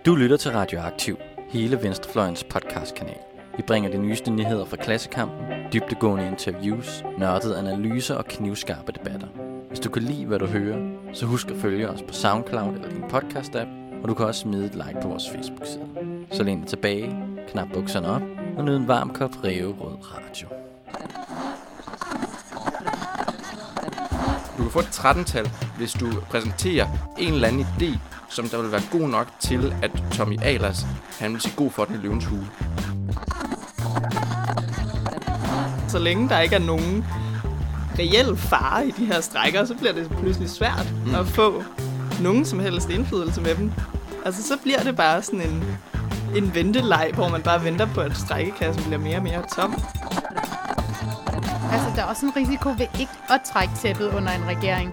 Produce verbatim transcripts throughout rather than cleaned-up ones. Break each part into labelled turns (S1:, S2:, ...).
S1: Du lytter til Radioaktiv, hele Venstrefløjens podcastkanal. Vi bringer de nyeste nyheder fra Klassekampen, dybdegående interviews, nørdede analyser og knivskarpe debatter. Hvis du kan lide, hvad du hører, så husk at følge os på SoundCloud eller din podcast-app, og du kan også smide et like på vores Facebook-side. Så læn dig tilbage, knap bukserne op og nyd en varm kop ræverød radio.
S2: Du kan få et tretten-tal, hvis du præsenterer en eller anden idé, som der vil være god nok til, at Tommy Ahlers, han vil sige god for den i Løvens Hule.
S3: Så længe der ikke er nogen reel fare i de her strejker, så bliver det pludselig svært mm. at få nogen som helst indflydelse med dem. Altså, så bliver det bare sådan en, en venteleg, hvor man bare venter på, at strejkekassen bliver mere og mere tom.
S4: Altså, der er også en risiko ved ikke at trække tæppet under en regering.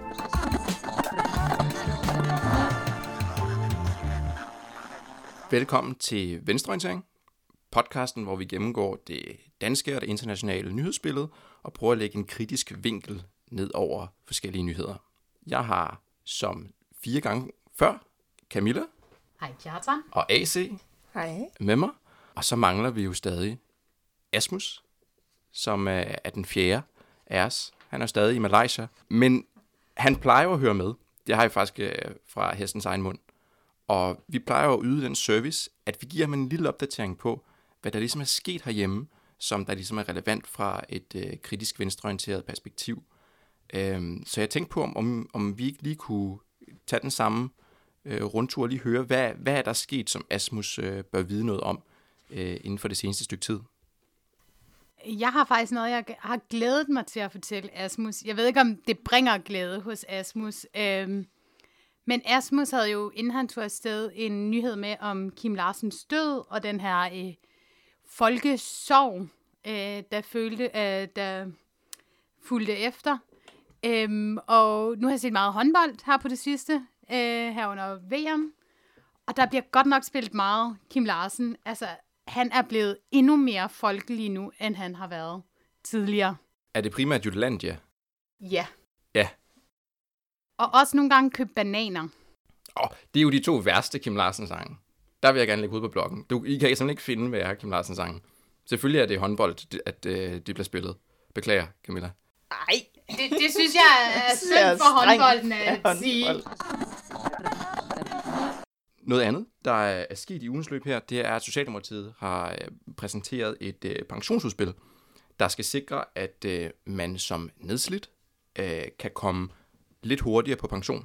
S2: Velkommen til Venstreorientering, podcasten, hvor vi gennemgår det danske og det internationale nyhedsbillede og prøver at lægge en kritisk vinkel ned over forskellige nyheder. Jeg har som fire gange før Camilla.
S4: Hej, Kjartan.
S2: Og A C.
S3: Hej.
S2: Med mig. Og så mangler vi jo stadig Asmus, som er den fjerde af os. Han er stadig i Malaysia, men han plejer jo at høre med. Det har jeg faktisk fra hestens egen mund. Og vi plejer jo at yde den service, at vi giver ham en lille opdatering på, hvad der ligesom er sket herhjemme, som der ligesom er relevant fra et øh, kritisk venstreorienteret perspektiv. Øhm, så jeg tænkte på, om, om vi ikke lige kunne tage den samme øh, rundtur og lige høre, hvad, hvad er der sket, som Asmus øh, bør vide noget om øh, inden for det seneste stykke tid.
S4: Jeg har faktisk noget, jeg har glædet mig til at fortælle Asmus. Jeg ved ikke, om det bringer glæde hos Asmus. Øhm, men Asmus havde jo, inden han tog afsted, en nyhed med om Kim Larsens død, og den her øh, folkesorg, øh, der, følte, øh, der fulgte efter. Øhm, og nu har jeg set meget håndbold her på det sidste, øh, her under V M. Og der bliver godt nok spillet meget Kim Larsen. Altså, han er blevet endnu mere folkelig nu, end han har været tidligere.
S2: Er det primært Jutlandia?
S4: Ja.
S2: Ja.
S4: Og også nogle gange købe bananer.
S2: Åh, oh, det er jo de to værste Kim Larsen-sange. Der vil jeg gerne lægge ud på bloggen. Du, I kan simpelthen ikke finde, hvad er Kim Larsen-sange. Selvfølgelig er det håndbold, at øh, det bliver spillet. Beklager, Camilla.
S3: Nej.
S4: Det, det synes jeg er synd for håndbolden at sige.
S2: Noget andet, der er sket i ugens løb her, det er, at Socialdemokratiet har præsenteret et øh, pensionsudspil, der skal sikre, at øh, man som nedslidt øh, kan komme lidt hurtigere på pension.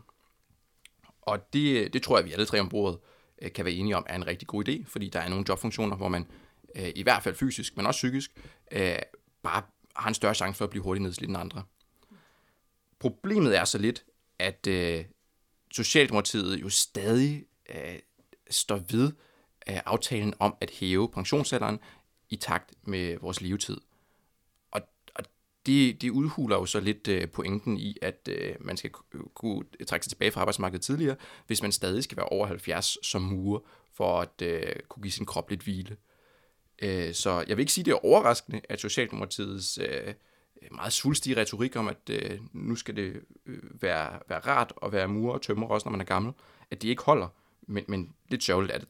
S2: Og det, det tror jeg, vi alle tre om bordet øh, kan være enige om, er en rigtig god idé, fordi der er nogle jobfunktioner, hvor man øh, i hvert fald fysisk, men også psykisk, øh, bare har en større chance for at blive hurtigt nedslidt end andre. Problemet er så lidt, at øh, Socialdemokratiet jo stadig øh, står ved øh, aftalen om at hæve pensionsalderen i takt med vores levetid. Og, og det, det udhuler jo så lidt øh, pointen i, at øh, man skal kunne trække sig tilbage fra arbejdsmarkedet tidligere, hvis man stadig skal være over halvfjerds som murer, for at øh, kunne give sin krop lidt hvile. Øh, så jeg vil ikke sige, det er overraskende, at Socialdemokratiets øh, meget svulstige retorik om, at øh, nu skal det øh, være, være rart at være murer og tømrer også, når man er gammel, at det ikke holder. Men, men lidt sørgeligt er det da.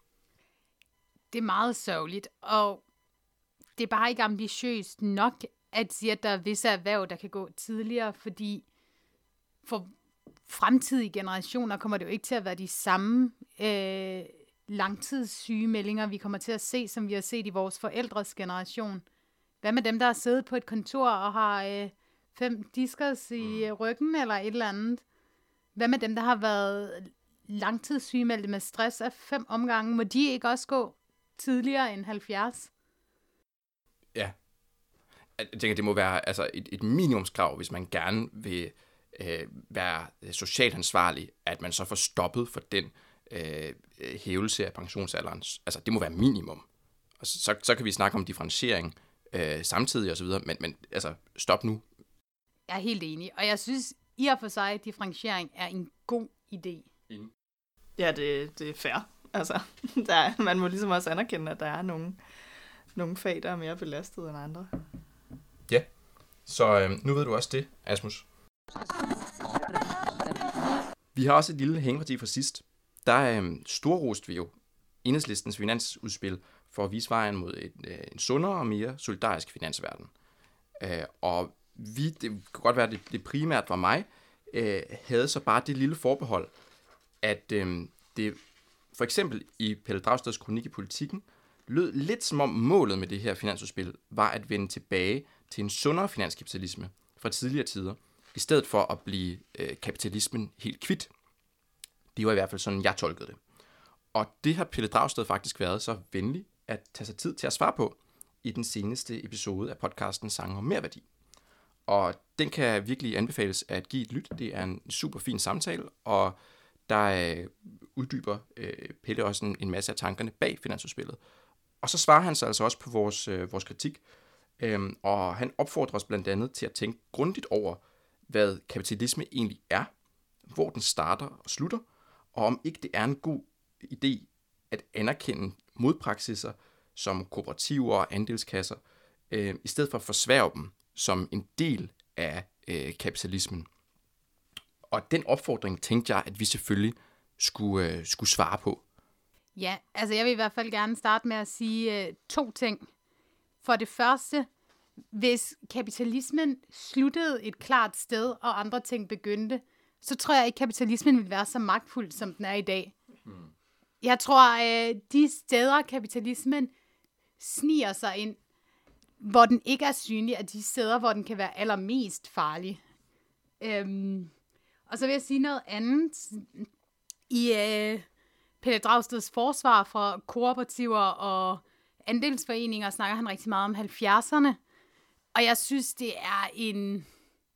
S4: Det er meget sørgeligt, og det er bare ikke ambitiøst nok at sige, at der er visse erhverv, der kan gå tidligere, fordi for fremtidige generationer kommer det jo ikke til at være de samme øh, langtidssygemeldinger, vi kommer til at se, som vi har set i vores forældres generation. Hvad med dem, der har siddet på et kontor og har øh, fem diskers i ryggen eller et eller andet? Hvad med dem, der har været langtidssygemeldte med stress af fem omgange? Må de ikke også gå tidligere end halvfjerds?
S2: Ja. Jeg tænker, det må være altså, et, et minimumskrav, hvis man gerne vil øh, være socialt ansvarlig, at man så får stoppet for den øh, hævelse af pensionsalderen. Altså, det må være minimum. Og så, så, så kan vi snakke om differentiering øh, samtidig og så videre, men, men altså, stop nu.
S4: Jeg er helt enig, og jeg synes i og for sig, at differentiering er en god idé.
S3: Ja, det, det er fair. Altså, der er, man må ligesom også anerkende, at der er nogle, nogle fag, der er mere belastet end andre.
S2: Ja, så øh, nu ved du også det, Asmus. Vi har også et lille hængeparti fra sidst. Der øh, storroste vi jo Enhedslistens finansudspil for at vise vejen mod et, øh, en sundere og mere solidarisk finansverden. Øh, og vi, det kan godt være, at det, det primært var mig, øh, havde så bare det lille forbehold, at øh, det for eksempel i Pelle Dragsteds kronik i Politikken lød lidt som om målet med det her finansudspil var at vende tilbage til en sundere finanskapitalisme fra tidligere tider, i stedet for at blive øh, kapitalismen helt kvit. Det var i hvert fald sådan, jeg tolkede det. Og det har Pelle Dragsted faktisk været så venlig at tage sig tid til at svare på i den seneste episode af podcasten Sange om Merværdi. Og den kan virkelig anbefales at give et lyt. Det er en super fin samtale, og der øh, uddyber øh, Pelle også en, en masse af tankerne bag finansudspillet. Og så svarer han så altså også på vores, øh, vores kritik, øhm, og han opfordrer os blandt andet til at tænke grundigt over, hvad kapitalisme egentlig er, hvor den starter og slutter, og om ikke det er en god idé at anerkende modpraksiser som kooperativer og andelskasser, øh, i stedet for at forsværge dem som en del af øh, kapitalismen. Og den opfordring tænkte jeg, at vi selvfølgelig skulle, øh, skulle svare på.
S4: Ja, altså jeg vil i hvert fald gerne starte med at sige øh, to ting. For det første, hvis kapitalismen sluttede et klart sted, og andre ting begyndte, så tror jeg ikke, kapitalismen ville være så magtfuld, som den er i dag. Hmm. Jeg tror, øh, de steder, kapitalismen sniger sig ind, hvor den ikke er synlig, er de steder, hvor den kan være allermest farlig. Øhm, og så vil jeg sige noget andet. I øh, Pelle Dragsteds forsvar for kooperativer og andelsforeninger snakker han rigtig meget om halvfjerdserne. Og jeg synes, det er en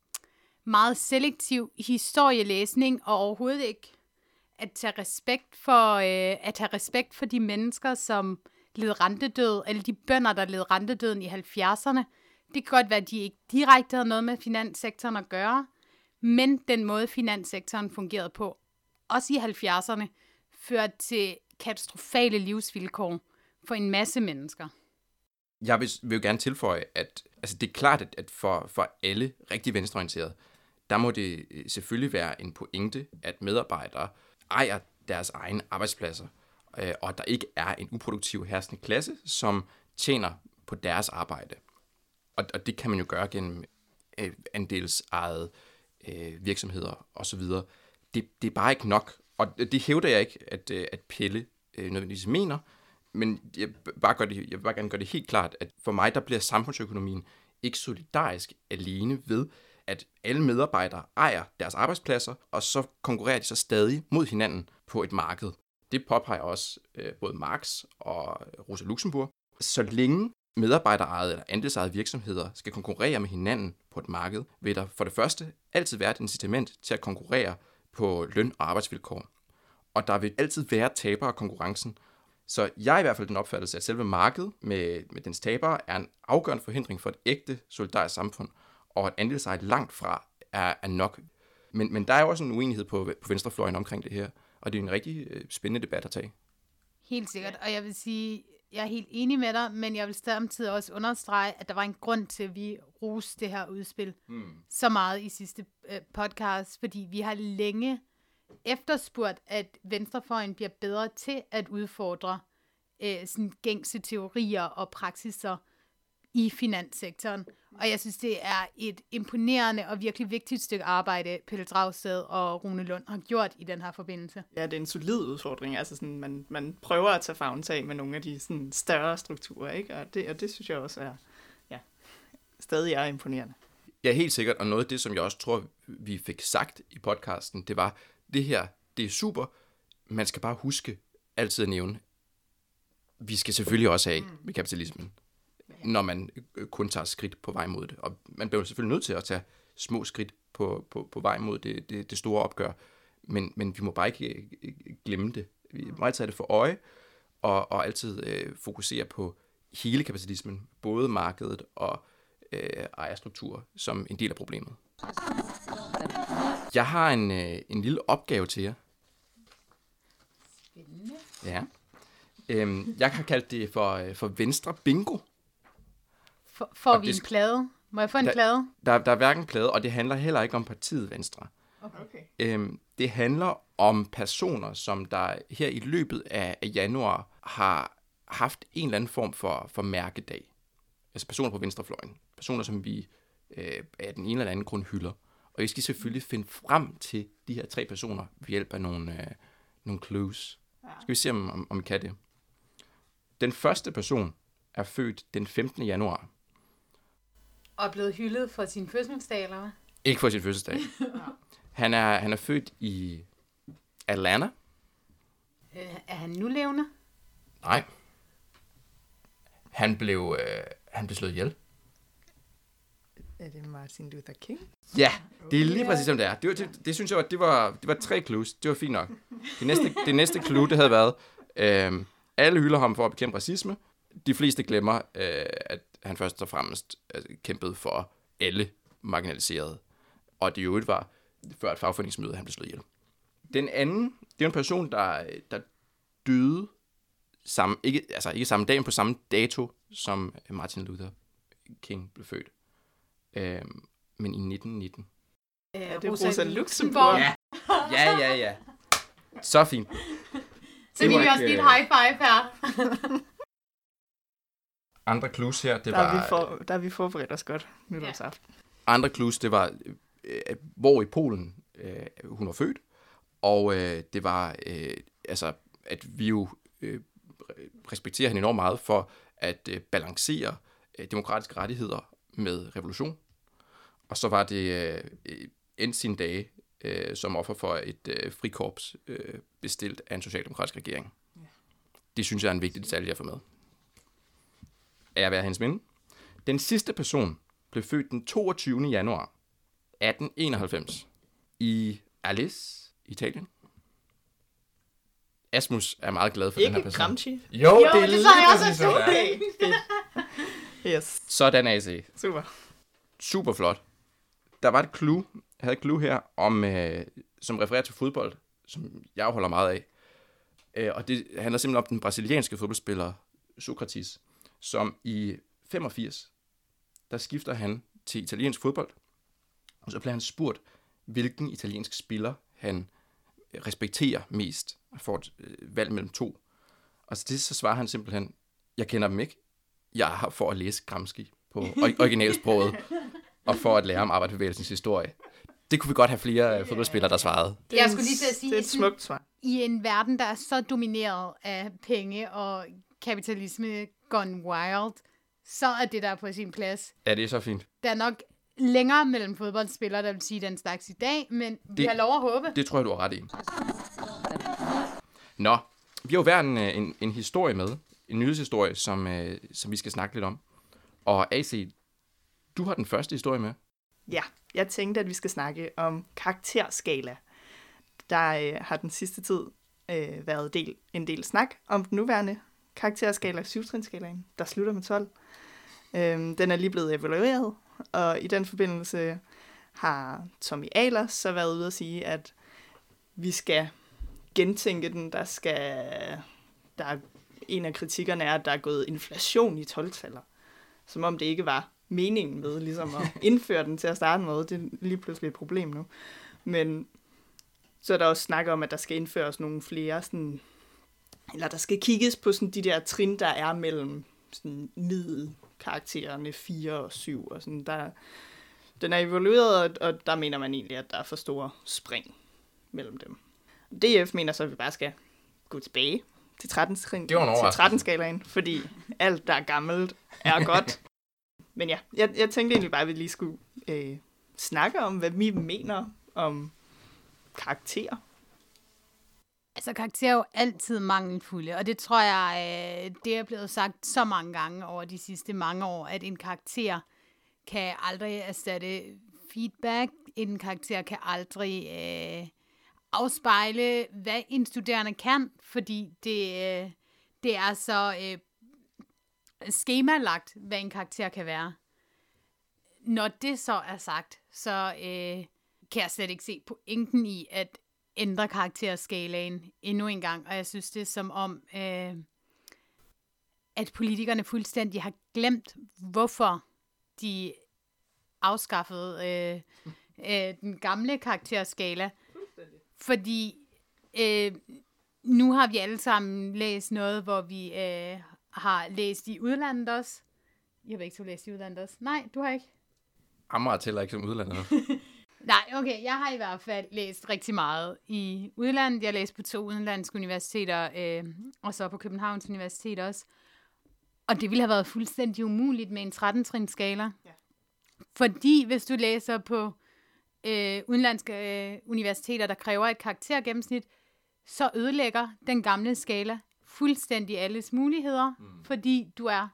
S4: meget selektiv historielæsning, og overhovedet ikke at tage respekt for, øh, at have respekt for de mennesker, som led rentedød, eller de bønder, der led rentedøden i halvfjerdserne. Det kan godt være, at de ikke direkte havde noget med finanssektoren at gøre, men den måde, finanssektoren fungerede på, også i halvfjerdserne, førte til katastrofale livsvilkår for en masse mennesker.
S2: Jeg vil, vil jo gerne tilføje, at altså det er klart, at, at for, for alle rigtig venstreorienterede, der må det selvfølgelig være en pointe, at medarbejdere ejer deres egne arbejdspladser, øh, og at der ikke er en uproduktiv herskende klasse, som tjener på deres arbejde. Og, og det kan man jo gøre gennem øh, andelsejede øh, virksomheder osv. Det, det er bare ikke nok, og det hævder jeg ikke, at, at Pelle øh, nødvendigvis mener, men jeg vil, bare gøre det, jeg vil bare gerne gøre det helt klart, at for mig, der bliver samfundsøkonomien ikke solidarisk alene ved, at alle medarbejdere ejer deres arbejdspladser, og så konkurrerer de så stadig mod hinanden på et marked. Det påpeger også øh, både Marx og Rosa Luxemburg. Så længe medarbejderejede eller andelsejede virksomheder skal konkurrere med hinanden på et marked, vil der for det første altid være et incitament til at konkurrere på løn- og arbejdsvilkår. Og der vil altid være tabere af konkurrencen. Så jeg er i hvert fald den opfattelse, at selve markedet med, med dens tabere er en afgørende forhindring for et ægte solidarisk samfund, og at andelsejet langt fra er, er nok. Men, men der er jo også en uenighed på, på venstrefløjen omkring det her, og det er en rigtig øh, spændende debat at tage.
S4: Helt sikkert, og jeg vil sige, jeg er helt enig med dig, men jeg vil samtidig også understrege, at der var en grund til, at vi roste det her udspil hmm. så meget i sidste øh, podcast, fordi vi har længe efterspurgt, at venstrefløjen bliver bedre til at udfordre øh, sådan gængse teorier og praksiser i finanssektoren. Og jeg synes, det er et imponerende og virkelig vigtigt stykke arbejde, Pelle Dragsted og Rune Lund har gjort i den her forbindelse.
S3: Ja, det er en solid udfordring. Altså sådan, man, man prøver at tage favntag med nogle af de sådan, større strukturer, ikke? Og, det, og det synes jeg også er ja, stadig er imponerende.
S2: Ja, helt sikkert. Og noget af det, som jeg også tror, vi fik sagt i podcasten, det var, det her, det er super. Man skal bare huske altid at nævne, vi skal selvfølgelig også af med kapitalismen, når man kun tager skridt på vej mod det. Og man bliver selvfølgelig nødt til at tage små skridt på, på, på vej mod det, det, det store opgør. Men, men vi må bare ikke glemme det. Vi må altid have det for øje, og, og altid øh, fokusere på hele kapitalismen, både markedet og øh, ejerstruktur, som en del af problemet. Jeg har en, øh, en lille opgave til jer.
S4: Spændende.
S2: Ja. Øhm, jeg har kaldt det for, for Venstre Bingo.
S4: For, får vi en plade? Må jeg få en
S2: der,
S4: plade?
S2: Der, der er hverken plade, og det handler heller ikke om partiet Venstre.
S3: Okay.
S2: Øhm, det handler om personer, som der her i løbet af, af januar har haft en eller anden form for, for mærkedag. Altså personer på venstrefløjen. Personer, som vi øh, af den ene eller anden grund hylder. Og I skal selvfølgelig finde frem til de her tre personer ved hjælp af nogle, øh, nogle clues. Ja. Skal vi se, om, om, om I kan det. Den første person er født den femtende januar.
S4: Og er blevet hyldet for sin fødselsdag, eller hvad?
S2: Ikke for sin fødselsdag. han, er, han er født i Atlanta.
S4: Øh, er han nu levende?
S2: Nej. Han blev, øh, han blev slået ihjel.
S3: Er det Martin Luther King?
S2: Ja, det er lige præcis som det er. Det, var, det, det synes jeg, var, det var, det var tre clues. Det var fint nok. Det næste, det næste clue, det havde været, øh, alle hylder ham for at bekæmpe racisme. De fleste glemmer, øh, at han først og fremmest altså, kæmpede for alle marginaliserede. Og det jo var før et fagforeningsmøde, han blev slået ihjel. Den anden, det er en person, der, der døde samme, ikke, altså ikke samme dag, men på samme dato, som Martin Luther King blev født. Øh, men i nitten nitten.
S3: Ja, det er Rosa Luxemburg.
S2: Ja, ja, ja. ja. Så fint.
S4: Så vi vil også lige et high five her.
S2: Andre clues her, det
S3: der
S2: var...
S3: Er vi for, der er vi forberedt os godt nytårsaften.
S2: Andre clues, det var, øh, hvor i Polen øh, hun var født. Og øh, det var, øh, altså, at vi jo øh, respekterer hende enormt meget for at øh, balancere øh, demokratiske rettigheder med revolution. Og så var det øh, endte sine dage øh, som offer for et øh, frikorps øh, bestilt af en socialdemokratisk regering. Ja. Det synes jeg er en vigtig detalje at få med. Er jeg ved hendes minde? Den sidste person blev født den toogtyvende januar atten enoghalvfems i Alice, Italien. Asmus er meget glad for
S3: Ikke
S2: den her person.
S3: Ikke Gramsci?
S2: Jo,
S4: jo,
S2: det er
S4: det
S2: lige
S4: så jeg
S2: præcis
S4: også.
S2: sådan.
S3: Okay. Yes.
S2: Sådan A C.
S3: Super.
S2: Super flot. Der var et clue, jeg havde et clue her, om, øh, som refererer til fodbold, som jeg holder meget af. Øh, og det handler simpelthen om den brasilianske fodboldspiller Sokratis, som i femogfirs, der skifter han til italiensk fodbold, og så bliver han spurgt, hvilken italiensk spiller han respekterer mest, og får et øh, valg mellem to. Og til det så svarer han simpelthen, jeg kender dem ikke, jeg er her for at læse Gramsci på originalsproget, og for at lære om arbejderbevægelsens historie. Det kunne vi godt have flere øh, fodboldspillere, der svarede.
S4: Jeg skulle lige til at sige,
S3: det er et smukt svar.
S4: I en verden, der er så domineret af penge og kapitalisme gone wild, så er det der på sin plads.
S2: Ja, det er så fint.
S4: Der er nok længere mellem fodboldspillere, der vil sige den slags i dag, men det, vi har lov at håbe.
S2: Det tror jeg, du har ret i. Nå, vi har jo hver en, en, en historie med, en nyhedshistorie, som, øh, som vi skal snakke lidt om. Og A C, du har den første historie med.
S3: Ja, jeg tænkte, at vi skal snakke om karakterskala. Der øh, har den sidste tid øh, været del, en del snak om den nuværende karakterskala, syv-trinsskalaen, der slutter med tolv. Øhm, den er lige blevet evalueret, og i den forbindelse har Tommy Ahlers så været ude at sige, at vi skal gentænke den. Der skal, der er, en af kritikkerne er, at der er gået inflation i tolv-taller. Som om det ikke var meningen med ligesom at indføre den til at starte med. Det er lige pludselig et problem nu. Men så er der også snak om, at der skal indføres nogle flere, sådan, eller der skal kigges på sådan de der trin, der er mellem sådan middelkaraktererne fire og syv. Og sådan, der, den er evalueret, og der mener man egentlig, at der er for store spring mellem dem. D F mener så, at vi bare skal gå tilbage til tretten-skalaen, fordi alt, der er gammelt, er godt. Men ja, jeg, jeg tænkte egentlig bare, at vi lige skulle øh, snakke om, hvad vi mener om karakterer.
S4: Altså, karakterer er jo altid mangelfulde, og det tror jeg, det er blevet sagt så mange gange over de sidste mange år, at en karakter kan aldrig erstatte feedback. En karakter kan aldrig øh, afspejle, hvad en studerende kan, fordi det, øh, det er så øh, skemalagt, hvad en karakter kan være. Når det så er sagt, så øh, kan jeg slet ikke se pointen i at ændre karakterskalaen endnu en gang, og jeg synes det er som om, øh, at politikerne fuldstændig har glemt, hvorfor de afskaffede øh, øh, den gamle karakterskala. Fordi øh, nu har vi alle sammen læst noget, hvor vi øh, har læst i udlandet også. Jeg har ikke så læst i udlandet også. Nej, du har ikke.
S2: Amager tæller ikke som udlandet.
S4: Nej, okay. Jeg har i hvert fald læst rigtig meget i udlandet. Jeg har læst på to udenlandske universiteter, øh, og så på Københavns Universitet også. Og det ville have været fuldstændig umuligt med en tretten-trins skala. Ja. Fordi hvis du læser på øh, udenlandske øh, universiteter, der kræver et karaktergennemsnit, så ødelægger den gamle skala fuldstændig alles muligheder, mm. fordi du er,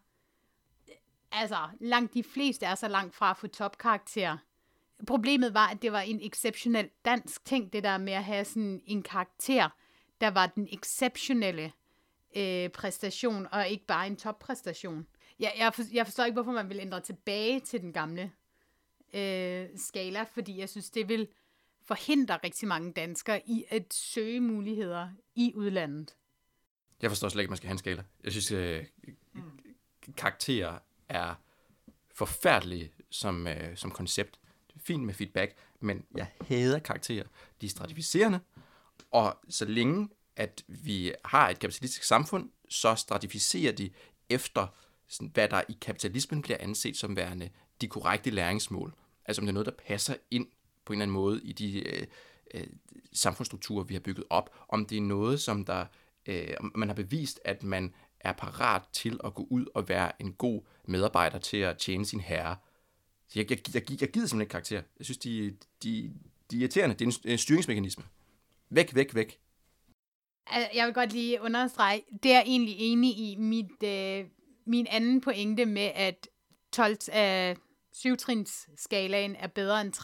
S4: altså langt de fleste er så langt fra at få topkarakter. Problemet var, at det var en exceptionel dansk ting, det der med at have sådan en karakter, der var den exceptionelle øh, præstation, og ikke bare en toppræstation. Jeg, jeg, for, jeg forstår ikke, hvorfor man vil ændre tilbage til den gamle øh, skala, fordi jeg synes, det vil forhindre rigtig mange danskere i at søge muligheder i udlandet.
S2: Jeg forstår slet ikke, at man skal have en skala. Jeg synes, øh, mm. karakterer er forfærdelige som, øh, som koncept. Det er fint med feedback, men jeg hader karakterer. De er stratificerende, og så længe, at vi har et kapitalistisk samfund, så stratificerer de efter, sådan, hvad der i kapitalismen bliver anset som værende de korrekte læringsmål. Altså om det er noget, der passer ind på en eller anden måde i de øh, øh, samfundsstrukturer, vi har bygget op. Om det er noget, som der, øh, man har bevist, at man er parat til at gå ud og være en god medarbejder til at tjene sin herre. Så jeg, jeg, jeg, jeg gider simpelthen ikke karakter. Jeg synes, de, de, de er irriterende. Det er en, en styringsmekanisme. Væk, væk, væk.
S4: Jeg vil godt lige understrege, det er jeg egentlig enig i. Mit, øh, min anden pointe med, at tolv af syv-trins-skalaen er bedre end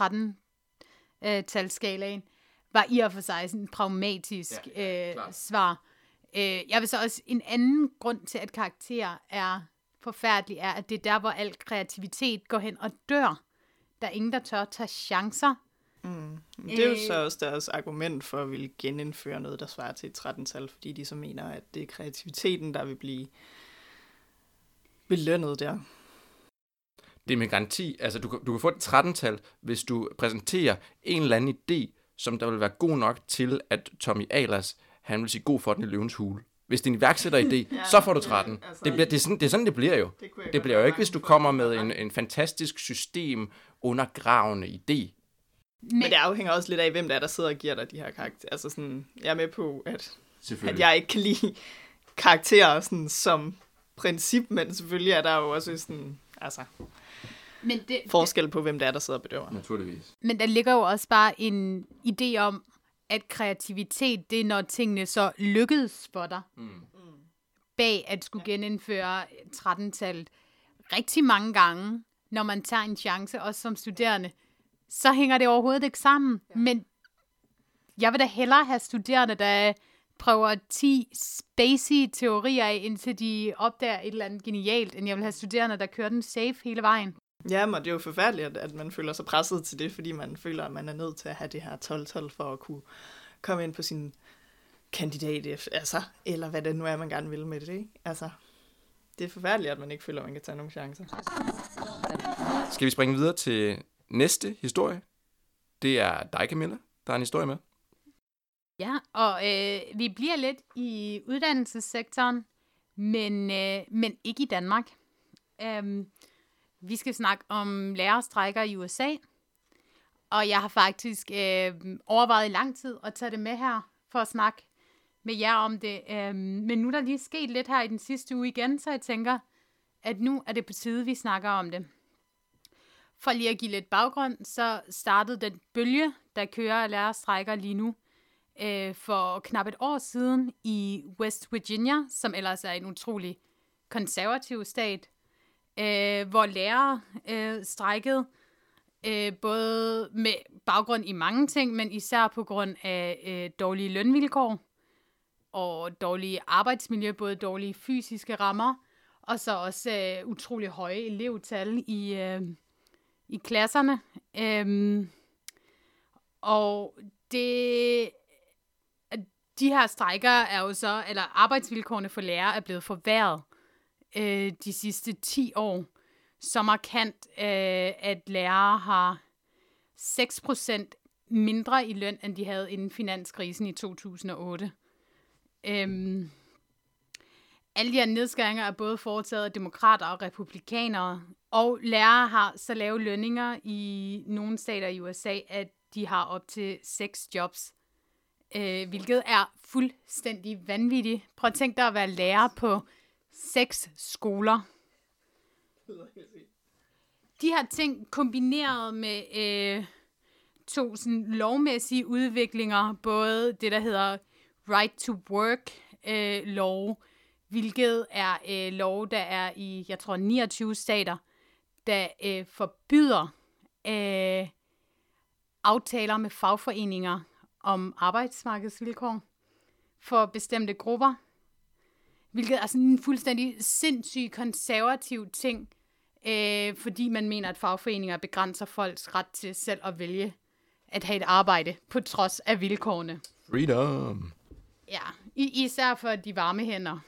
S4: tretten-talsskalaen, var i og for sig sådan en pragmatisk ja, øh, svar. Øh, jeg vil så også, en anden grund til, at karakterer er forfærdelige, er, at det er der, hvor al kreativitet går hen og dør. Der er ingen, der tør tage chancer.
S3: Mm. Det er jo så også deres argument for at ville genindføre noget, der svarer til et tretten-tal, fordi de så mener, at det er kreativiteten, der vil blive belønnet der.
S2: Det er med garanti. Altså, du, du kan få et tretten-tal, hvis du præsenterer en eller anden idé, som der vil være god nok til, at Tommy Ahlers, han vil sige god for den i Løvens Hule. Hvis det er en iværksætteridé, ja, så får du tretten. Ja, altså, det, bliver, det, er sådan, det er sådan, det bliver jo. Det, det bliver jo ikke, hvis du kommer med en, en fantastisk system undergravende idé.
S3: Men, Men det afhænger også lidt af, hvem der er, der sidder og giver dig de her karakterer. Altså sådan, jeg er med på, at, at jeg ikke kan lide karakterer sådan, som princip, men selvfølgelig er der jo også sådan, altså,
S4: men det,
S3: forskel på, hvem der er, der sidder og bedøver.
S2: Naturligvis.
S4: Men der ligger jo også bare en idé om, at kreativitet, det er, når tingene så lykkedes for dig, mm. bag at skulle genindføre tretten-tallet. Rigtig mange gange, når man tager en chance, også som studerende, så hænger det overhovedet ikke sammen. Ja. Men jeg vil da hellere have studerende, der prøver ti spacey teorier af, indtil de opdager et eller andet genialt, end jeg vil have studerende, der kører den safe hele vejen.
S3: Ja, men det er jo forfærdeligt, at man føler sig presset til det, fordi man føler, at man er nødt til at have det her tolv-tolv for at kunne komme ind på sin kandidat, altså, eller hvad det nu er, man gerne vil med det, ikke? Altså, det er forfærdeligt, at man ikke føler, at man kan tage nogle chancer.
S2: Skal vi springe videre til næste historie? Det er dig, Camilla, der er en historie med.
S4: Ja, og øh, vi bliver lidt i uddannelsessektoren, men, øh, men ikke i Danmark. Um, vi skal snakke om lærerstrejker i U S A, og jeg har faktisk øh, overvejet i lang tid at tage det med her, for at snakke med jer om det. Um, men nu er der lige sket lidt her i den sidste uge igen, så jeg tænker, at nu er det på tide, vi snakker om det. For lige at give lidt baggrund, så startede den bølge, der kører af lærerstrejker lige nu, øh, for knap et år siden i West Virginia, som ellers er en utrolig konservativ stat, øh, hvor lærere øh, strejkede, øh, både med baggrund i mange ting, men især på grund af øh, dårlige lønvilkår og dårlige arbejdsmiljø, både dårlige fysiske rammer, og så også øh, utrolig høje elevtal i, øh, i klasserne. Øhm, og det, de her strejker er jo så, eller arbejdsvilkårene for lærere er blevet forværret øh, de sidste ti år. Så markant, øh, at lærere har seks procent mindre i løn, end de havde inden finanskrisen i to tusind og otte. Øhm, alle de her nedskæringer er både foretaget af demokrater og republikanere, og lærere har så lave lønninger i nogle stater i U S A, at de har op til seks jobs, øh, hvilket er fuldstændig vanvittigt. Prøv at tænke dig at være lærer på seks skoler. De her ting kombineret med øh, to sådan lovmæssige udviklinger, både det, der hedder Right to Work øh, lov, hvilket er øh, lov, der er i, jeg tror, niogtyve stater, der øh, forbyder øh, aftaler med fagforeninger om arbejdsmarkedsvilkår for bestemte grupper, hvilket er sådan en fuldstændig sindssyg konservativ ting, øh, fordi man mener, at fagforeninger begrænser folks ret til selv at vælge at have et arbejde på trods af vilkårene.
S2: Freedom!
S4: Ja, i- især for de varme hænder.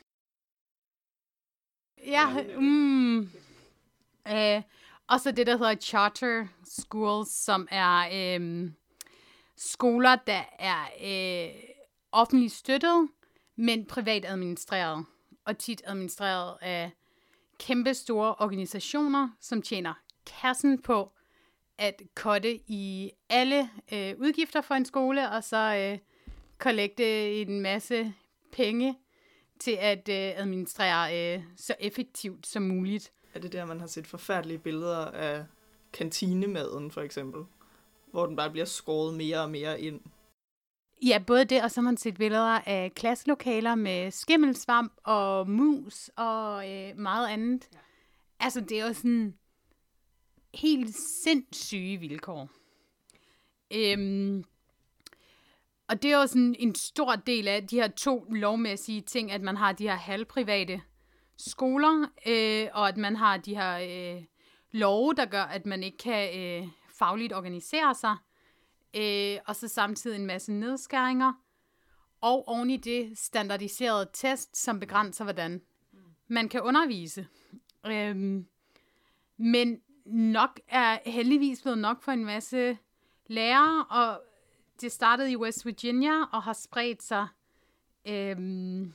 S4: Ja, mm. øh, og så det, der hedder charter schools, som er øh, skoler, der er øh, offentligt støttet, men privat administreret. Og tit administreret af kæmpe store organisationer, som tjener kassen på at cutte i alle øh, udgifter for en skole, og så øh, kollekte en masse penge til at øh, administrere øh, så effektivt som muligt.
S3: Er det der, man har set forfærdelige billeder af kantinemaden, for eksempel? Hvor den bare bliver skåret mere og mere ind.
S4: Ja, både det, og så har man set billeder af klasselokaler med skimmelsvamp og mus og øh, meget andet. Ja. Altså, det er jo sådan helt sindssyge vilkår. Øhm, og det er jo sådan en stor del af de her to lovmæssige ting, at man har de her halvprivate skoler, øh, og at man har de her øh, love, der gør, at man ikke kan øh, fagligt organisere sig. Øh, og så samtidig en masse nedskæringer. Og oven i det standardiserede test, som begrænser, hvordan man kan undervise. Øhm, men nok er heldigvis blevet nok for en masse lærere, og det startede i West Virginia og har spredt sig øhm,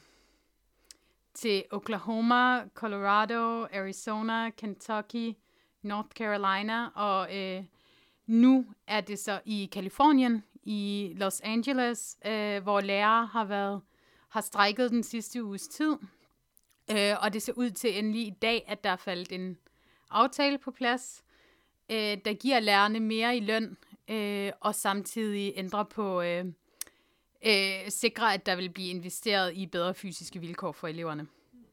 S4: til Oklahoma, Colorado, Arizona, Kentucky, North Carolina, og øh, nu er det så i Californien, i Los Angeles, øh, hvor lærere har været har strejket den sidste uges tid. Øh, og det ser ud til endelig i dag, at der er faldet en aftale på plads, øh, der giver lærerne mere i løn, øh, og samtidig ændrer på, øh, øh, sikrer, at der vil blive investeret i bedre fysiske vilkår for eleverne.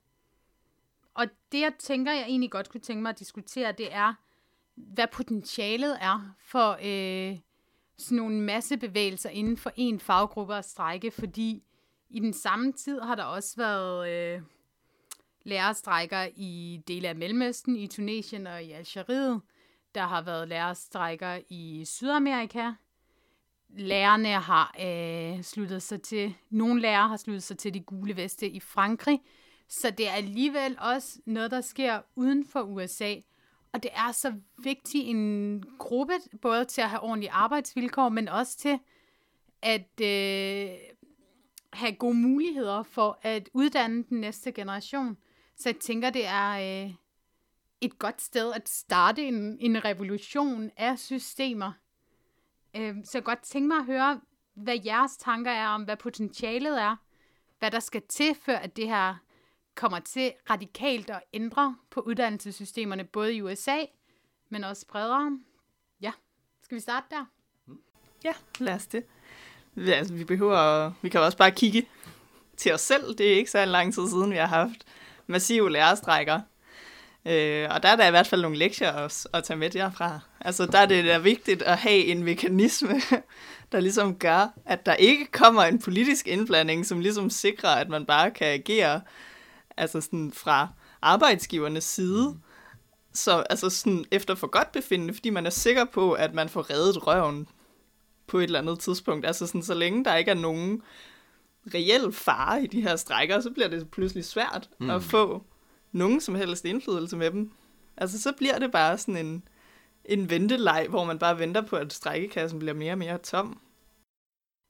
S4: Og det, jeg tænker, jeg egentlig godt kunne tænke mig at diskutere, det er, hvad potentialet er for øh, sådan nogle massebevægelser inden for en faggruppe at strejke, fordi i den samme tid har der også været øh, lærerstrejker i dele af Mellemøsten, i Tunesien og i Algeriet. Der har været lærerstrejker i Sydamerika. Lærerne har øh, sluttet sig til, nogle lærere har sluttet sig til de gule veste i Frankrig, så det er alligevel også noget, der sker uden for U S A. Og det er så vigtig en gruppe, både til at have ordentlige arbejdsvilkår, men også til at øh, have gode muligheder for at uddanne den næste generation. Så jeg tænker, det er øh, et godt sted at starte en, en revolution af systemer. Øh, så jeg godt tænke mig at høre, hvad jeres tanker er om, hvad potentialet er, hvad der skal til, før at det her kommer til radikalt at ændre på uddannelsessystemerne, både i U S A, men også bredere. Ja, skal vi starte der?
S3: Ja, lad os det. Vi, altså, vi behøver, vi kan også bare kigge til os selv. Det er ikke så lang tid siden, vi har haft massive lærerstrejker. Øh, og der er der i hvert fald nogle lektier at, at tage med derfra. Altså, der er det da vigtigt at have en mekanisme, der ligesom gør, at der ikke kommer en politisk indblanding, som ligesom sikrer, at man bare kan agere altså sådan fra arbejdsgivernes side, så altså sådan efter for godt befindende, fordi man er sikker på, at man får reddet røven på et eller andet tidspunkt. Altså sådan, så længe der ikke er nogen reel fare i de her strejker, så bliver det pludselig svært mm. at få nogen som helst indflydelse med dem. Altså så bliver det bare sådan en, en venteleg, hvor man bare venter på, at strejkekassen bliver mere og mere tom.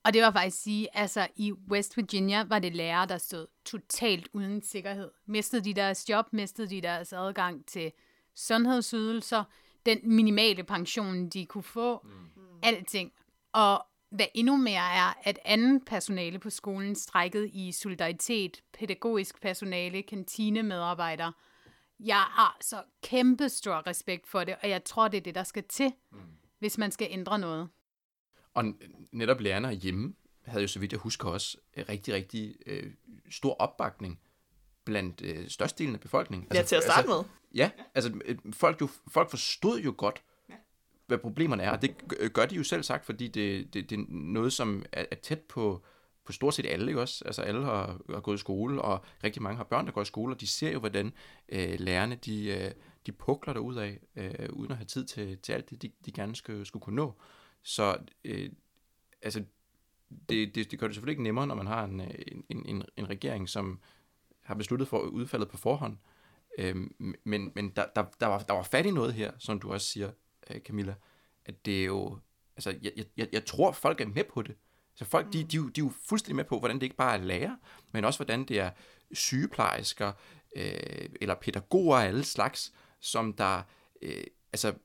S4: Og det var faktisk at sige, altså i West Virginia var det lærere, der stod totalt uden sikkerhed. Mistede de deres job, mistede de deres adgang til sundhedsydelser, den minimale pension, de kunne få, mm. alting. Og hvad endnu mere er, at anden personale på skolen strækkede i solidaritet, pædagogisk personale, kantinemedarbejdere. Jeg har så kæmpe stor respekt for det, og jeg tror, det er det, der skal til, mm. hvis man skal ændre noget.
S2: Og netop lærerne hjemme havde jo, så vidt jeg husker også, rigtig, rigtig øh, stor opbakning blandt øh, størstedelen af befolkningen.
S3: Ja, til at starte
S2: altså,
S3: med.
S2: Ja, altså folk, jo, folk forstod jo godt, ja. hvad problemerne er, og det gør de jo selv sagt, fordi det, det, det er noget, som er, er tæt på, på stort set alle, ikke også? Altså alle har, har gået i skole, og rigtig mange har børn, der går i skole, og de ser jo, hvordan øh, lærerne, de, øh, de pukler derudad, øh, uden at have tid til, til alt det, de, de gerne skulle, skulle kunne nå. Så øh, altså, det, det, det gør det selvfølgelig ikke nemmere, når man har en, en, en, en regering, som har besluttet for udfaldet på forhånd. Øh, men men der, der, der, var, der var fat i noget her, som du også siger, øh, Camilla, at det er jo, altså, jeg, jeg, jeg tror, folk er med på det. Så folk, mm. de, de, de, de er jo fuldstændig med på, hvordan det ikke bare er lærer, men også hvordan det er sygeplejersker, øh, eller pædagoger af alle slags, som der, øh, altså,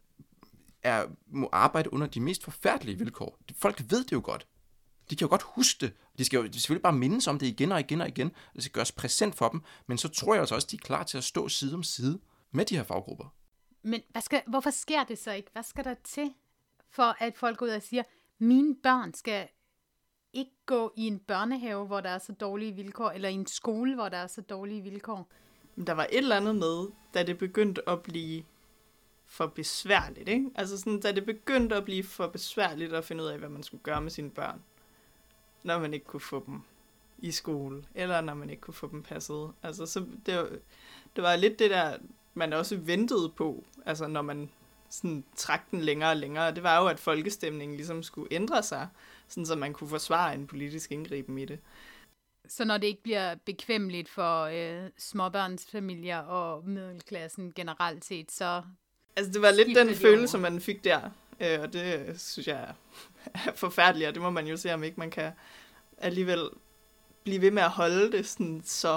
S2: er, må arbejde under de mest forfærdelige vilkår. Folk ved det jo godt. De kan jo godt huske det. De skal jo de selvfølgelig bare mindes om det igen og igen og igen. Det skal gøres præsent for dem. Men så tror jeg altså også, de er klar til at stå side om side med de her faggrupper.
S4: Men hvad skal, hvorfor sker det så ikke? Hvad skal der til, for at folk går ud og siger, mine børn skal ikke gå i en børnehave, hvor der er så dårlige vilkår, eller i en skole, hvor der er så dårlige vilkår?
S3: Der var et eller andet med, da det begyndte at blive for besværligt, ikke? Altså sådan, da det begyndte at blive for besværligt at finde ud af, hvad man skulle gøre med sine børn, når man ikke kunne få dem i skole, eller når man ikke kunne få dem passet. Altså, så det var, det var lidt det der, man også ventede på, altså når man sådan trak den længere og længere. Det var jo, at folkestemningen ligesom skulle ændre sig, sådan så man kunne forsvare en politisk indgriben i det.
S4: Så når det ikke bliver bekvemmeligt for øh, småbørnsfamilier og middelklassen generelt set, så
S3: altså, det var lidt den
S4: de
S3: følelse, man fik der, øh, og det synes jeg er forfærdeligt, og det må man jo se, om ikke man kan alligevel blive ved med at holde det sådan så.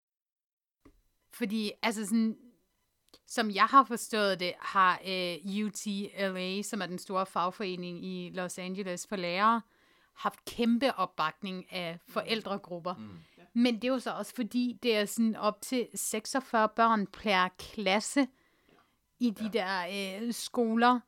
S4: Fordi, altså sådan, som jeg har forstået det, har øh, U T L A, som er den store fagforening i Los Angeles for lærere, haft kæmpe opbakning af forældregrupper. Mm. Ja. Men det er jo så også fordi, det er sådan op til seksogfyrre børn per klasse i de ja. der øh, skoler,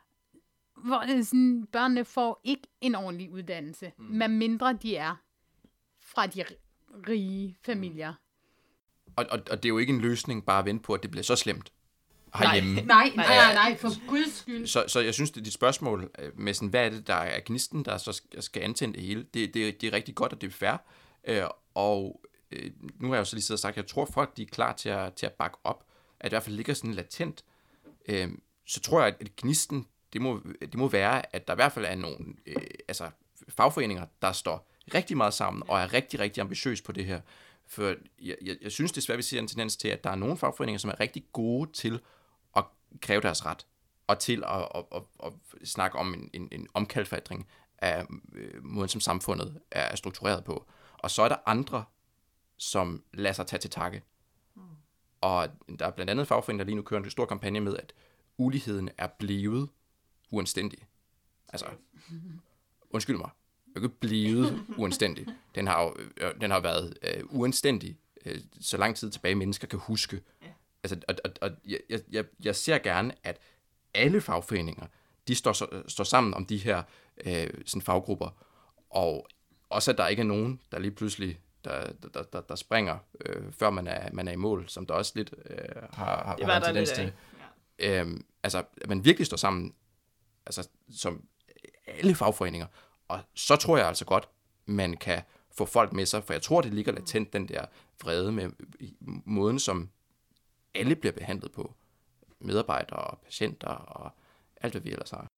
S4: hvor det sådan, børnene får ikke en ordentlig uddannelse, mm. med mindre de er fra de rige familier.
S2: Og, og, og det er jo ikke en løsning bare at vente på, at det bliver så slemt herhjemme.
S4: Nej, nej, nej, nej, nej, for guds skyld.
S2: Så, så jeg synes, det er dit spørgsmål med sådan, hvad er det, der er gnisten, der så skal, skal antænde det hele. Det, det, det er rigtig godt, og det er fair. Øh, og øh, nu har jeg jo så lige siddet og sagt, at jeg tror, folk de er klar til at, til at bakke op, at i hvert fald ligger sådan latent. Øh, så tror jeg, at gnisten, det må, det må være, at der i hvert fald er nogle øh, altså, fagforeninger, der står rigtig meget sammen, og er rigtig, rigtig ambitiøse på det her. For jeg, jeg, jeg synes desværre, vi ser en tendens til, at der er nogle fagforeninger, som er rigtig gode til at kræve deres ret, og til at, at, at, at snakke om en, en, en omkalfatring af øh, måden, som samfundet er struktureret på. Og så er der andre, som lader sig tage til takke. Mm. Og der er blandt andet fagforeninger, der lige nu kører en stor kampagne med, at uligheden er blevet uanstændig. Altså, undskyld mig, er ikke blevet uanstændig. Den har jo øh, den har været øh, uanstændig øh, så lang tid tilbage, mennesker kan huske. Ja. Altså, og, og, og jeg, jeg, jeg ser gerne, at alle fagforeninger, de står, står sammen om de her øh, sådan faggrupper, og også at der ikke er nogen, der lige pludselig der, der, der, der springer, øh, før man er, man er i mål, som der også lidt øh, har, har, har en tendens til. Ja. Øhm, altså, at man virkelig står sammen, altså som alle fagforeninger, og så tror jeg altså godt, man kan få folk med sig, for jeg tror, det ligger latent, den der vrede med måden, som alle bliver behandlet på. Medarbejdere og patienter og alt, hvad vi ellers har.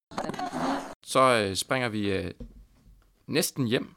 S2: Så øh, springer vi øh, næsten hjem.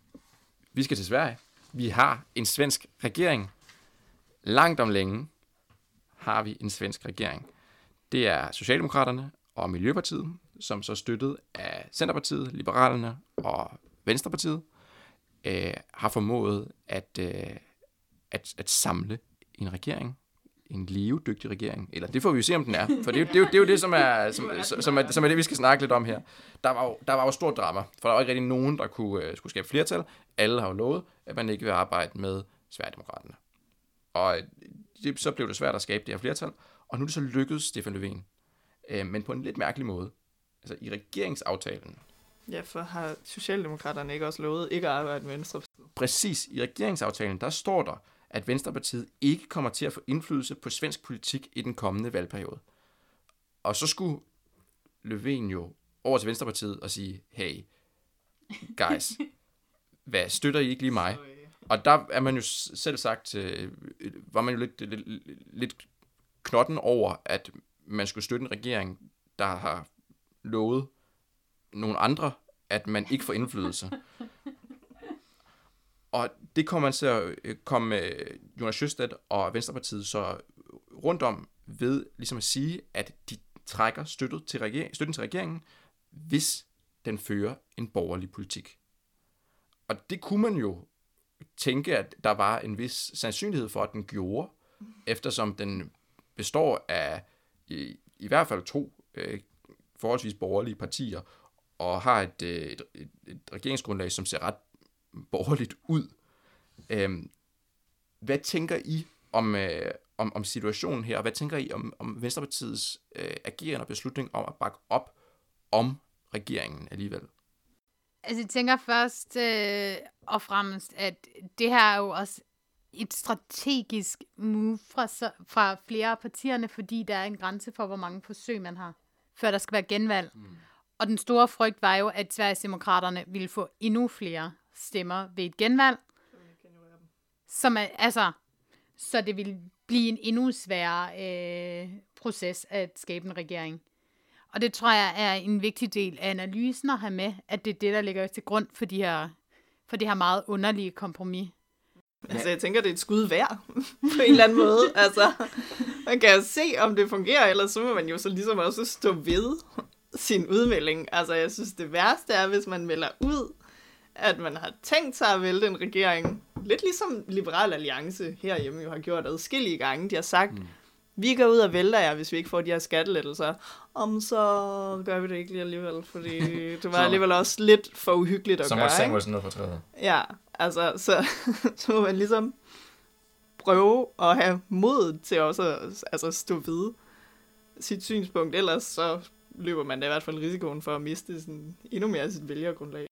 S2: Vi skal til Sverige. Vi har en svensk regering. Langt om længe har vi en svensk regering. Det er Socialdemokraterne og Miljøpartiet, som så støttet af Centerpartiet, Liberalerne og Venstrepartiet øh, har formået at, øh, at, at samle en regering, en levedygtig regering. Eller det får vi jo se, om den er. For det er jo det, er jo, det, er jo det som, er, som, som, er, som er det, vi skal snakke lidt om her. Der var jo, der var jo stort drama, for der var ikke rigtig nogen, der kunne, uh, skulle skabe flertal. Alle har jo lovet, at man ikke vil arbejde med Sverigedemokraterne. Og det, så blev det svært at skabe det her flertal. Og nu er det så lykkedes Stefan Löfven. Uh, men på en lidt mærkelig måde. Altså i regeringsaftalen.
S3: Ja, for har Socialdemokraterne ikke også lovet ikke at arbejde med Venstrepartiet?
S2: Præcis. I regeringsaftalen, der står der, at Venstrepartiet ikke kommer til at få indflydelse på svensk politik i den kommende valgperiode. Og så skulle Löfven jo over til Venstrepartiet og sige, hey, guys, hvad støtter I ikke lige mig? Og der er man jo selv sagt, øh, var man jo lidt, lidt, lidt knotten over, at man skulle støtte en regering, der har lovet nogle andre, at man ikke får indflydelse. Og det kommer man til at komme Jonas Sjöstedt og Venstrepartiet så rundt om ved ligesom at sige, at de trækker støttet til regering, støtten til regeringen, hvis den fører en borgerlig politik. Og det kunne man jo tænke, at der var en vis sandsynlighed for, at den gjorde, eftersom den består af i, i hvert fald to øh, forholdsvis borgerlige partier, og har et, et, et, et regeringsgrundlag, som ser ret borgerligt ud. Øhm, hvad tænker I om, øh, om, om situationen her, og hvad tænker I om, om Venstrepartiets øh, agerende og beslutning om at bakke op om regeringen alligevel?
S4: Altså, jeg tænker først øh, og fremmest, at det her er jo også et strategisk move fra, fra flere af partierne, fordi der er en grænse for, hvor mange forsøg man har, før der skal være genvalg. Mm. Og den store frygt var jo, at Sverigedemokraterne ville få endnu flere stemmer ved et genvalg. Som er, altså, så det ville blive en endnu sværere øh, proces at skabe en regering. Og det tror jeg er en vigtig del af analysen at have med, at det er det, der ligger til grund for, de her, for det her meget underlige kompromis.
S3: Altså, jeg tænker, det er et skud værd på en eller anden måde. Altså, man kan jo se, om det fungerer, ellers så må man jo så ligesom også stå ved sin udmelding. Altså, jeg synes, det værste er, hvis man melder ud, at man har tænkt sig at vælte en regering. Lidt ligesom Liberal Alliance herhjemme jo har gjort adskillige gange. De har sagt, mm. vi går ud og vælter jer, hvis vi ikke får de her skattelettelser. Om så gør vi det ikke lige alligevel, fordi det var alligevel også lidt for uhyggeligt at
S2: så
S3: gøre.
S2: Så må Samuelsen noget for træet.
S3: Ja, altså, så, så må man ligesom prøve at have mod til også at altså, stå ved sit synspunkt. Ellers så løber man da i hvert fald risikoen for at miste sådan endnu mere af sit vælgergrundlag.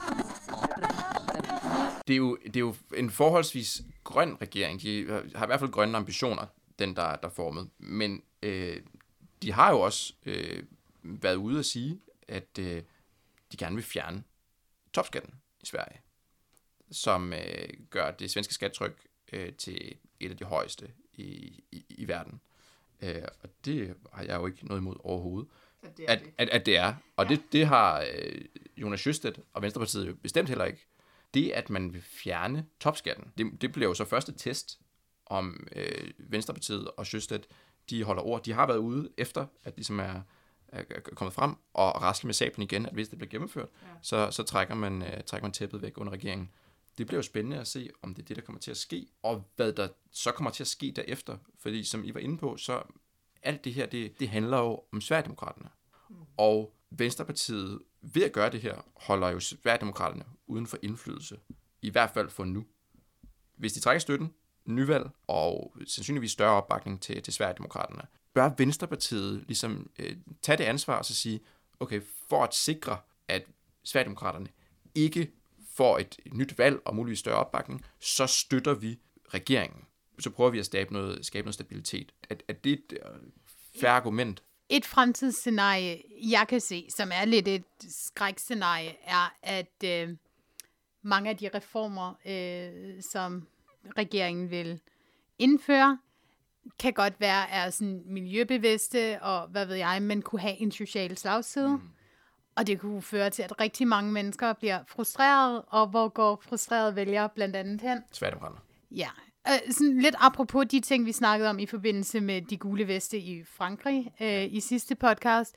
S2: Det er, jo, det er jo en forholdsvis grøn regering. De har i hvert fald grønne ambitioner, den der, der er formet. Men øh, de har jo også øh, været ude at sige, at øh, de gerne vil fjerne topskatten i Sverige, som øh, gør det svenske skattetryk øh, til et af de højeste i, i, i verden. Øh, og det har jeg jo ikke noget imod overhovedet. At det er. At, at, at det er. Og ja. det, det har øh, Jonas Sjöstedt og Venstrepartiet jo bestemt heller ikke. Det, at man vil fjerne topskatten, det, det bliver jo så første test, om øh, Venstrepartiet og Sjöstedt, de holder ord. De har været ude efter, at ligesom er, er kommet frem og rasle med sablen igen, at hvis det bliver gennemført, ja. så, så trækker, man, øh, trækker man tæppet væk under regeringen. Det bliver jo spændende at se, om det er det, der kommer til at ske, og hvad der så kommer til at ske derefter. Fordi som I var inde på, så alt det her, det, det handler jo om Sverigedemokraterne. Mm. Og Venstrepartiet, ved at gøre det her, holder jo Sverigedemokraterne uden for indflydelse. I hvert fald for nu. Hvis de trækker støtten, nyvalg og sandsynligvis større opbakning til, til Sverigedemokraterne, bør Venstrepartiet ligesom øh, tage det ansvar og så sige, okay, for at sikre, at Sverigedemokraterne ikke får et, et nyt valg og muligvis større opbakning, så støtter vi regeringen. Så prøver vi at skabe noget, skabe noget stabilitet. Er, er det et fair argument?
S4: Et fremtidsscenarie, jeg kan se, som er lidt et skrækscenarie, er, at øh, mange af de reformer, øh, som regeringen vil indføre, kan godt være er sådan miljøbevidste, og hvad ved jeg, men kunne have en social slagside. Mm. Og det kunne føre til, at rigtig mange mennesker bliver frustrerede, og hvor går frustrerede vælgere blandt andet hen?
S2: Sverigedemokraterne.
S4: Ja. Øh, sådan lidt apropos de ting, vi snakkede om i forbindelse med de gule veste i Frankrig øh, i sidste podcast,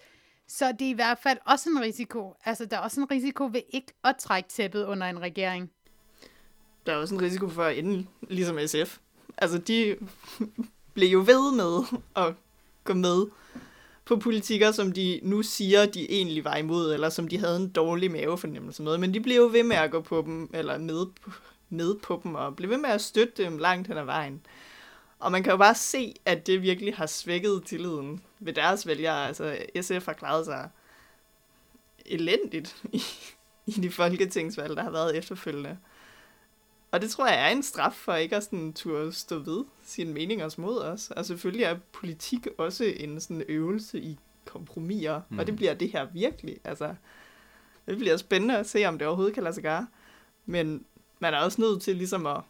S4: Så det er i hvert fald også en risiko. Altså, der er også en risiko ved ikke at trække tæppet under en regering.
S3: Der er også en risiko for at ende ligesom S F. Altså, de blev jo ved med at gå med på politikker, som de nu siger, de egentlig var imod, eller som de havde en dårlig mavefornemmelse med. Men de blev jo ved med at gå på dem, eller med på, med på dem, og blev ved med at støtte dem langt hen ad vejen. Og man kan jo bare se, at det virkelig har svækket tilliden ved deres vælgere. Altså, S F har klaret sig elendigt i, i de folketingsvalg, der har været efterfølgende. Og det tror jeg er en straf for ikke at sådan, turde stå ved sine meningers mod os. Og selvfølgelig er politik også en sådan øvelse i kompromiser, mm. og det bliver det her virkelig. Altså, det bliver spændende at se, om det overhovedet kan lade sig gøre. Men man er også nødt til ligesom at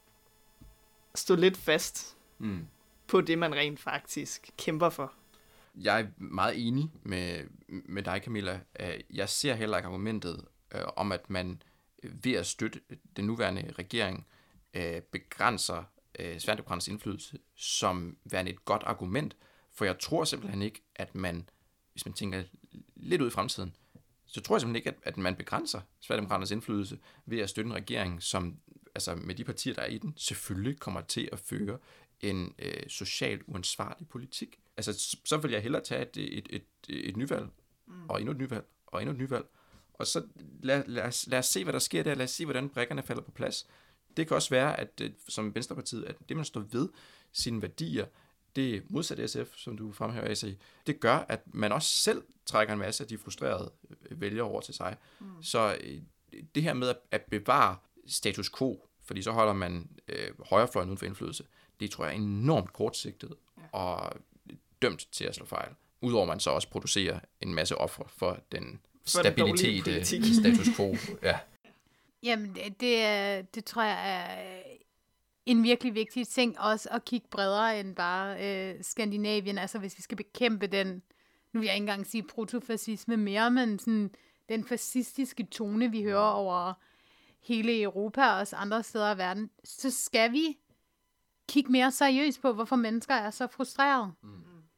S3: stå lidt fast mm. på det, man rent faktisk kæmper for.
S2: Jeg er meget enig med, med dig, Camilla. Jeg ser heller ikke argumentet øh, om, at man ved at støtte den nuværende regering øh, begrænser øh, Sverigedemokraternes indflydelse som værende et godt argument. For jeg tror simpelthen ikke, at man, hvis man tænker lidt ud i fremtiden, så tror jeg simpelthen ikke, at, at man begrænser Sverigedemokraternes indflydelse ved at støtte en regering, som altså med de partier, der er i den, selvfølgelig kommer til at føre en øh, socialt uansvarlig politik. Altså, så, så vil jeg hellere tage et, et, et, et nyvalg, mm. og endnu et nyvalg, og endnu et nyvalg. Og så lad, lad, os, lad os se, hvad der sker der. Lad os se, hvordan brikkerne falder på plads. Det kan også være, at som Venstrepartiet, at det, man står ved sine værdier, det er modsat S F, som du fremhæver, A C, det gør, at man også selv trækker en masse af de frustrerede vælgere over til sig. Mm. Så det her med at bevare status quo, fordi så holder man øh, højrefløjen uden for indflydelse, det tror jeg er enormt kortsigtet ja. og dømt til at slå fejl. Udover man så også producerer en masse ofre for den for stabilitet, den status quo. Ja.
S4: Jamen, det, det, det tror jeg er en virkelig vigtig ting også at kigge bredere end bare øh, Skandinavien. Altså hvis vi skal bekæmpe den, nu vil jeg ikke engang sige protofascisme mere, men sådan den fascistiske tone, vi hører over hele Europa og også andre steder i verden, så skal vi kigge mere seriøst på, hvorfor mennesker er så frustrerede. Mm.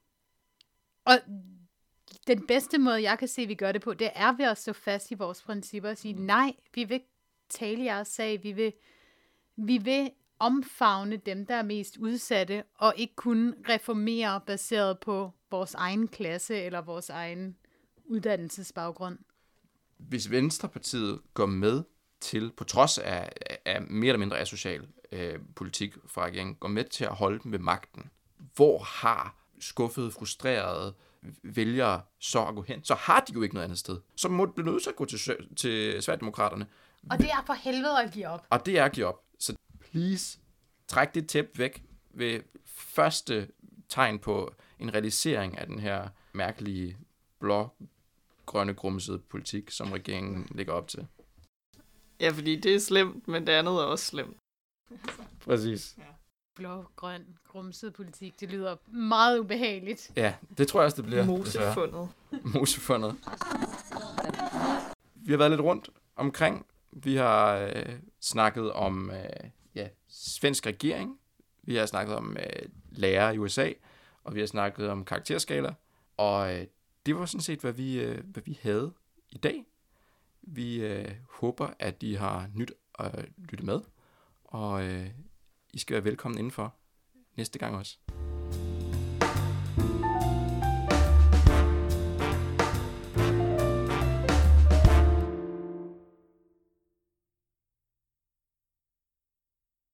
S4: Og den bedste måde, jeg kan se, at vi gør det på, det er ved at stå fast i vores principper og sige, nej, vi vil tale jeres sag, vi vil, vi vil omfavne dem, der er mest udsatte, og ikke kun reformere baseret på vores egen klasse eller vores egen uddannelsesbaggrund.
S2: Hvis Venstrepartiet går med til, på trods af, af mere eller mindre asocial øh, politik fra regeringen, går med til at holde dem ved magten, hvor har skuffede, frustrerede vælgere så at gå hen? Så har de jo ikke noget andet sted. Så må du nødt til at gå til, til Sverigedemokraterne.
S4: Og det er for helvede at give op.
S2: Og det er at give op. Så please, træk det tæppe væk ved første tegn på en realisering af den her mærkelige, blå, grønne, grumsede politik, som regeringen lægger op til.
S3: Ja, fordi det er slemt, men det andet er også slemt.
S2: Præcis. Ja.
S4: Blå, grøn, grumset politik, det lyder meget ubehageligt.
S2: Ja, det tror jeg også, det bliver.
S3: Mosefundet.
S2: Mosefundet. Vi har været lidt rundt omkring. Vi har øh, snakket om øh, ja, svensk regering. Vi har snakket om øh, lærere i U S A. Og vi har snakket om karakterskaler. Og øh, det var sådan set, hvad vi, øh, hvad vi havde i dag. Vi øh, håber, at I har nyt at lytte med. Og øh, I skal være velkommen indenfor næste gang også.